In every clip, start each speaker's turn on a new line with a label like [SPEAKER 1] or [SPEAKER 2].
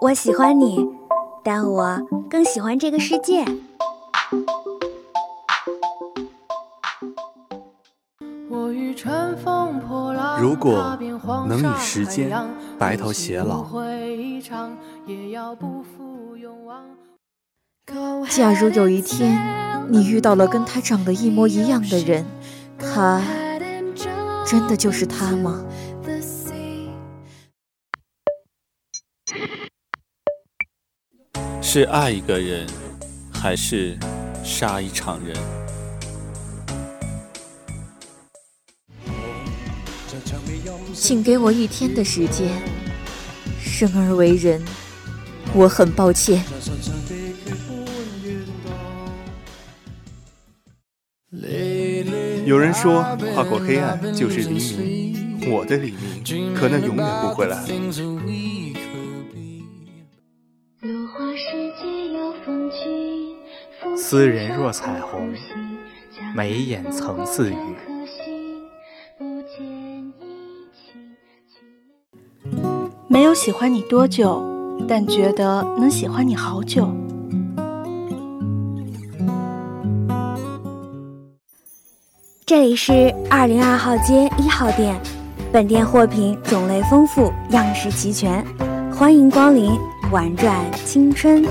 [SPEAKER 1] 我喜欢你，但我更喜欢这个世界。
[SPEAKER 2] 如果能与时间白头偕老，
[SPEAKER 3] 假如有一天你遇到了跟他长得一模一样的人，他真的就是他吗？
[SPEAKER 2] 是爱一个人，还是杀一场人？
[SPEAKER 3] 请给我1天的时间。生而为人，我很抱歉。
[SPEAKER 2] 有人说跨过黑暗就是黎明，我的黎明可能永远不会来了。
[SPEAKER 4] 斯人若彩虹，眉眼曾似雨。
[SPEAKER 5] 没有喜欢你多久，但觉得能喜欢你好久。
[SPEAKER 1] 这里是202号街1号店，本店货品种类丰富，样式齐全，欢迎光临，玩转青春。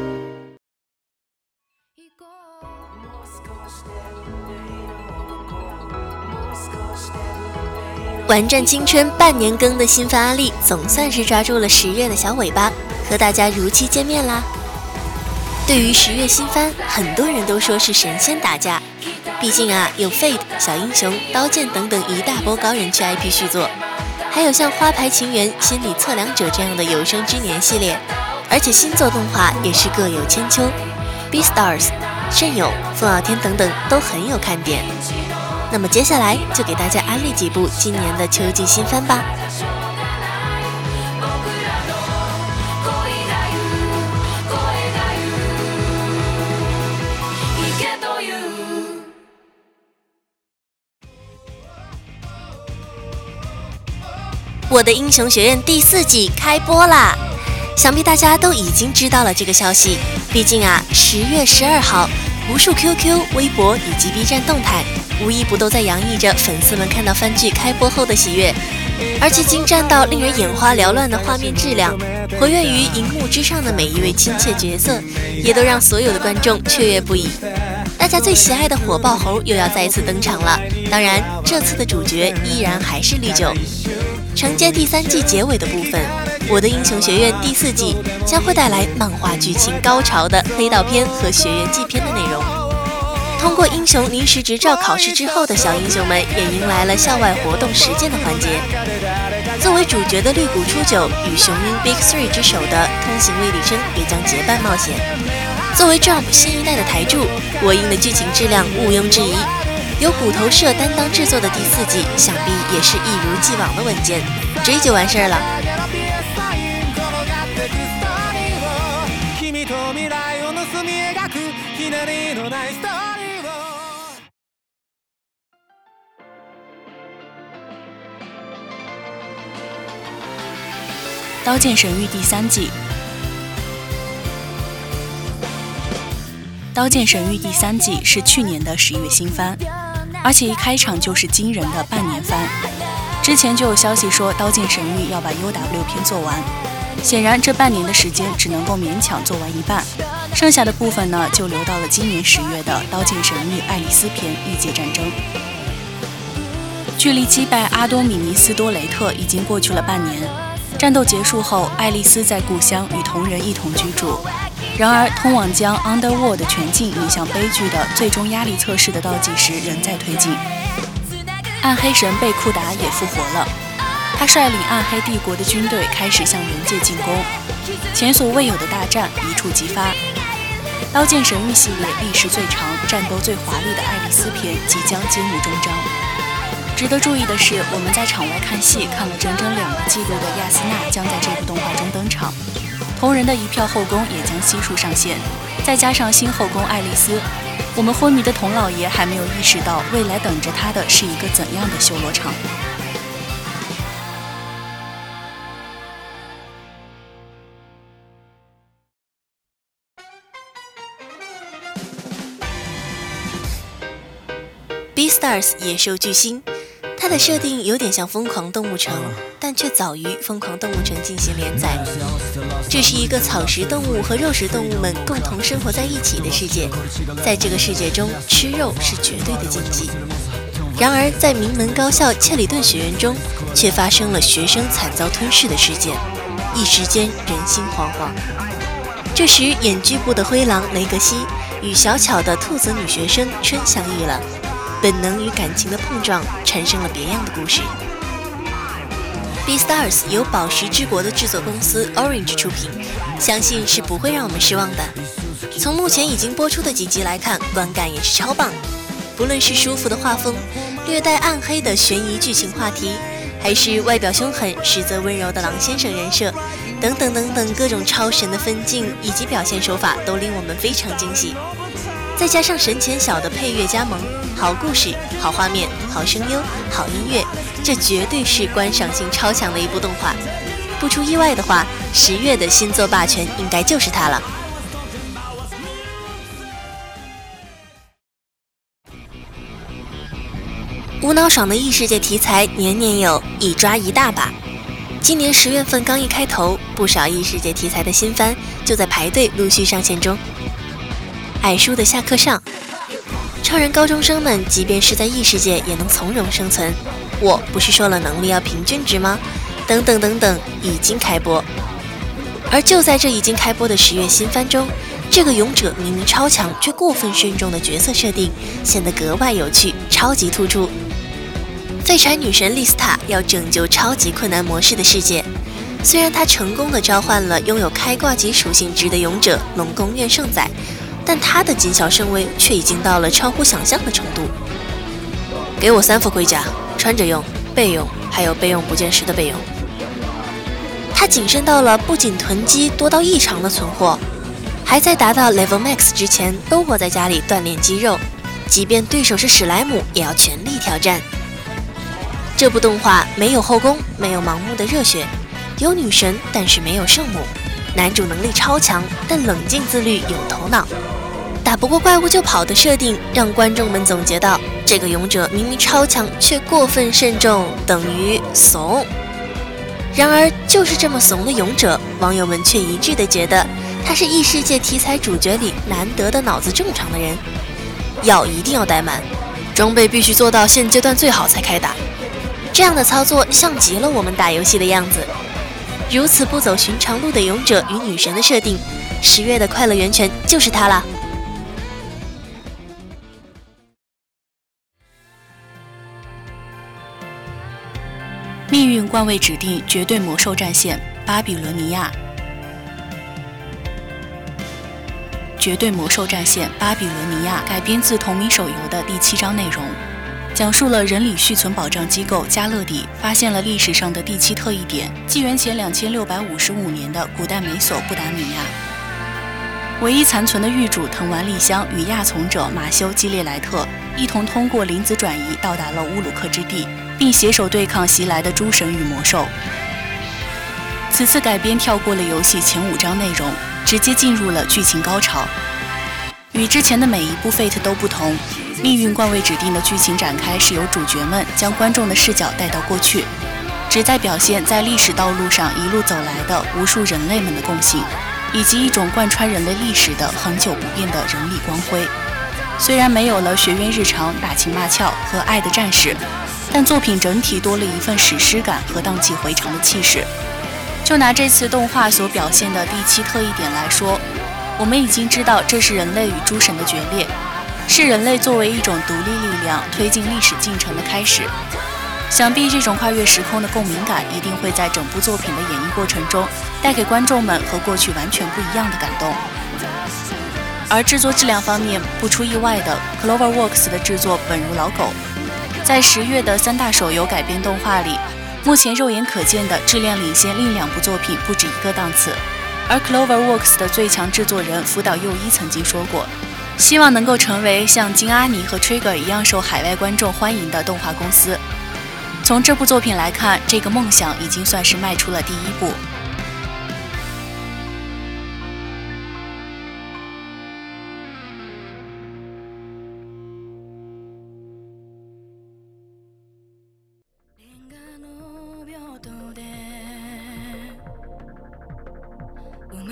[SPEAKER 6] 玩转青春半年更的新番案例，总算是抓住了10月的小尾巴，和大家如期见面啦。对于10月新番，很多人都说是神仙打架，毕竟有 Fate、小英雄、刀剑等等一大波高人气 IP 续作，还有像花牌情缘、心理测量者这样的有生之年系列，而且新作动画也是各有千秋， Beastars、圣勇、凤傲天等等都很有看点。那么接下来就给大家安利几部今年的秋季新番吧。我的英雄学院第4季开播啦！想必大家都已经知道了这个消息，毕竟10月12号，无数 QQ、微博以及 B 站动态，无一不都在洋溢着粉丝们看到番剧开播后的喜悦，而且精湛到令人眼花缭乱的画面质量，活跃于荧幕之上的每一位亲切角色，也都让所有的观众雀跃不已。大家最喜爱的火爆猴又要再次登场了，当然，这次的主角依然还是绿九。承接第3季结尾的部分，我的英雄学院第4季将会带来漫画剧情高潮的黑道篇和学园祭篇的内容。通过英雄临时执照考试之后的小英雄们也迎来了校外活动实践的环节。作为主角的绿谷初九与雄鹰 Big 3之首的通行卫理生也将结伴冒险。作为 Jump 新一代的台柱，我英的剧情质量毋庸置疑，由骨头社担当制作的第4季想必也是一如既往的稳健，追就完事儿了。
[SPEAKER 7] 刀剑神域第3季。刀剑神域第3季是去年的11月新番，而且一开场就是惊人的半年番。之前就有消息说刀剑神域要把 UW 篇做完，显然这半年的时间只能够勉强做完一半，剩下的部分呢就留到了今年10月的刀剑神域爱丽丝篇异界战争。距离击败阿多米尼斯多雷特已经过去了半年，战斗结束后，爱丽丝在故乡与同人一同居住。然而，通往将 Underworld 全境引向悲剧的最终压力测试的倒计时仍在推进。暗黑神贝库达也复活了，他率领暗黑帝国的军队开始向人界进攻，前所未有的大战一触即发。刀剑神域系列历时最长、战斗最华丽的爱丽丝篇即将揭幕终章。值得注意的是，我们在场外看戏看了整整2个季度的亚丝娜将在这部动画中登场，同人的一票后宫也将悉数上线，再加上新后宫爱丽丝，我们昏迷的童老爷还没有意识到未来等着他的是一个怎样的修罗场。
[SPEAKER 6] Beastars 野兽巨星，它的设定有点像疯狂动物城，但却早于疯狂动物城进行连载。这是一个草食动物和肉食动物们共同生活在一起的世界，在这个世界中，吃肉是绝对的禁忌。然而，在名门高校切里顿学院中，却发生了学生惨遭吞噬的事件，一时间人心惶惶。这时，演剧部的灰狼雷格西与小巧的兔子女学生春相遇了，本能与感情的碰撞产生了别样的故事。Beastars 由宝石之国的制作公司 Orange 出品，相信是不会让我们失望的。从目前已经播出的几集来看，观感也是超棒。不论是舒服的画风、略带暗黑的悬疑剧情话题，还是外表凶狠实则温柔的狼先生人设，等等等等各种超神的分镜以及表现手法都令我们非常惊喜。再加上神前小的配乐加盟，好故事、好画面、好声优、好音乐，这绝对是观赏性超强的一部动画。不出意外的话，10月的新作霸权应该就是它了。无脑爽的异世界题材年年有，一抓一大把。今年10月份刚一开头，不少异世界题材的新番就在排队陆续上线中。矮叔的下课上，超人高中生们即便是在异世界也能从容生存，我不是说了能力要平均值吗？等等等等，已经开播。而就在这已经开播的10月新番中，这个勇者明明超强却过分慎重的角色设定显得格外有趣，超级突出。废柴女神丽斯塔要拯救超级困难模式的世界，虽然她成功的召唤了拥有开挂级属性值的勇者龙宫院圣仔，但她的谨小慎微却已经到了超乎想象的程度。给我3副盔甲，穿着用、备用，还有备用不见时的备用。她谨慎到了不仅囤积多到异常的存货，还在达到 Level Max 之前都窝在家里锻炼肌肉，即便对手是史莱姆也要全力挑战。这部动画没有后宫，没有盲目的热血，有女神但是没有圣母，男主能力超强但冷静自律有头脑，打不过怪物就跑的设定让观众们总结到，这个勇者明明超强却过分慎重，等于怂。然而就是这么怂的勇者，网友们却一致的觉得他是异世界题材主角里难得的脑子正常的人。药一定要带满，装备必须做到现阶段最好才开打，这样的操作像极了我们打游戏的样子。如此不走寻常路的勇者与女神的设定，10月的快乐源泉就是它啦。
[SPEAKER 7] 命运冠位指定绝对魔兽战线巴比伦尼亚。绝对魔兽战线巴比伦尼亚改编自同名手游的第7章内容，讲述了人理续存保障机构加勒底发现了历史上的第7特异点，纪元前2655年的古代美索不达米亚。唯一残存的狱主藤丸丽香与亚从者马修基列莱特一同通过灵子转移到达了乌鲁克之地，并携手对抗袭来的诸神与魔兽。此次改编跳过了游戏前5章内容，直接进入了剧情高潮。与之前的每一部 Fate 都不同，命运冠位指定的剧情展开是由主角们将观众的视角带到过去，旨在表现在历史道路上一路走来的无数人类们的共性，以及一种贯穿人类历史的恒久不变的人理光辉。虽然没有了学院日常打情骂俏和爱的战士，但作品整体多了一份史诗感和荡气回肠的气势。就拿这次动画所表现的第7特异点来说，我们已经知道这是人类与诸神的决裂，是人类作为一种独立力量推进历史进程的开始。想必这种跨越时空的共鸣感一定会在整部作品的演绎过程中带给观众们和过去完全不一样的感动。而制作质量方面，不出意外的 Cloverworks 的制作稳如老狗，在10月的3大手游改编动画里，目前肉眼可见的质量领先另2部作品不止一个档次。而 Cloverworks 的最强制作人福岛佑一曾经说过，希望能够成为像金阿尼和 Trigger 一样受海外观众欢迎的动画公司。从这部作品来看，这个梦想已经算是迈出了第1步。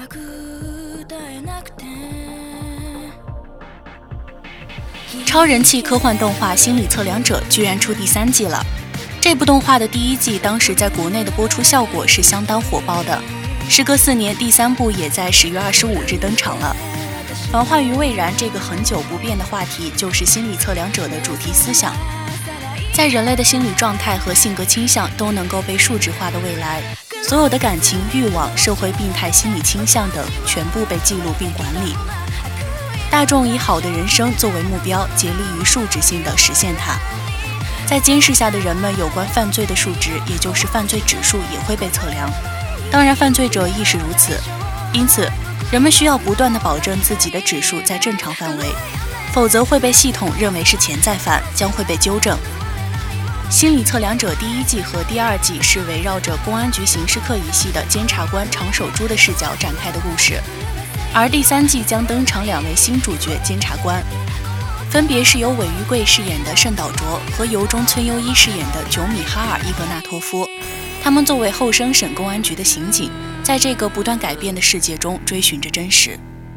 [SPEAKER 7] 超人气科幻动画《心理测量者》居然出第3季了。这部动画的第1季当时在国内的播出效果是相当火爆的，时隔4年，第3部也在10月25日登场了。反话于未然这个很久不变的话题，就是心理测量者的主题思想。在人类的心理状态和性格倾向都能够被数值化的未来，所有的感情、欲望、社会病态心理倾向等全部被记录并管理。大众以好的人生作为目标，竭力于数值性的实现它。在监视下的人们有关犯罪的数值，也就是犯罪指数也会被测量。当然，犯罪者亦是如此。因此，人们需要不断地保证自己的指数在正常范围，否则会被系统认为是潜在犯，将会被纠正。心理测量者第1季和第2季是围绕着公安局刑事课一系的监察官常守珠的视角展开的故事，而第3季将登场2位新主角监察官，分别是由韦玉贵饰演的盛岛卓和由中村优一饰演的久米哈尔伊格纳托夫。他们作为后生省公安局的刑警，在这个不断改变的世界中追寻着真实。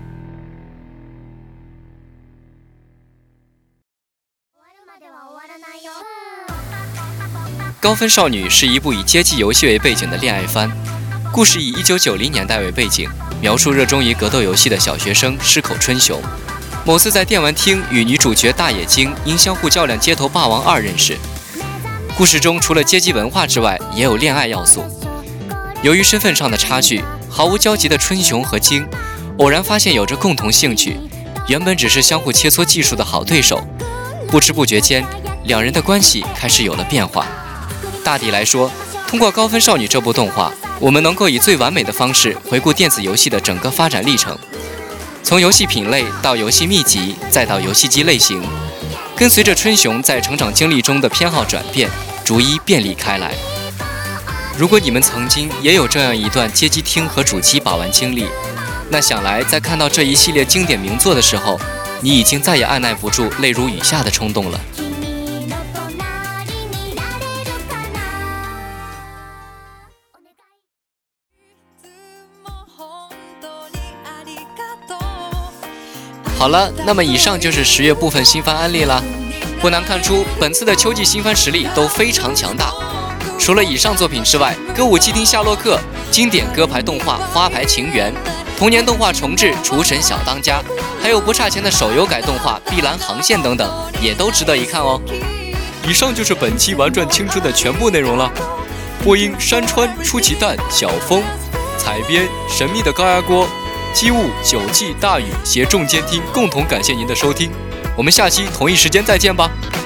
[SPEAKER 8] 高分少女是一部以街机游戏为背景的恋爱番，故事以1990年代为背景，描述热衷于格斗游戏的小学生矢口春雄某次在电玩厅与女主角大野晶因相互较量街头霸王2认识。故事中除了阶级文化之外，也有恋爱要素。由于身份上的差距，毫无交集的春雄和晶偶然发现有着共同兴趣，原本只是相互切磋技术的好对手，不知不觉间两人的关系开始有了变化。大抵来说，通过《高分少女》这部动画，我们能够以最完美的方式回顾电子游戏的整个发展历程，从游戏品类到游戏秘籍，再到游戏机类型，跟随着春雄在成长经历中的偏好转变，逐一便利开来。如果你们曾经也有这样一段街机厅和主机把玩经历，那想来在看到这一系列经典名作的时候，你已经再也按耐不住泪如雨下的冲动了。好了，那么以上就是10月部分新番案例了。不难看出，本次的秋季新番实力都非常强大。除了以上作品之外，歌舞伎町夏洛克、经典歌牌动画花牌情缘、童年动画重制厨神小当家，还有不差钱的手游改动画碧蓝航线等等，也都值得一看哦。以上就是本期玩转青春的全部内容了。播音山川、出奇蛋、小峰，采编神秘的高压锅、机务、九记、大宇携众监听共同感谢您的收听，我们下期同一时间再见吧。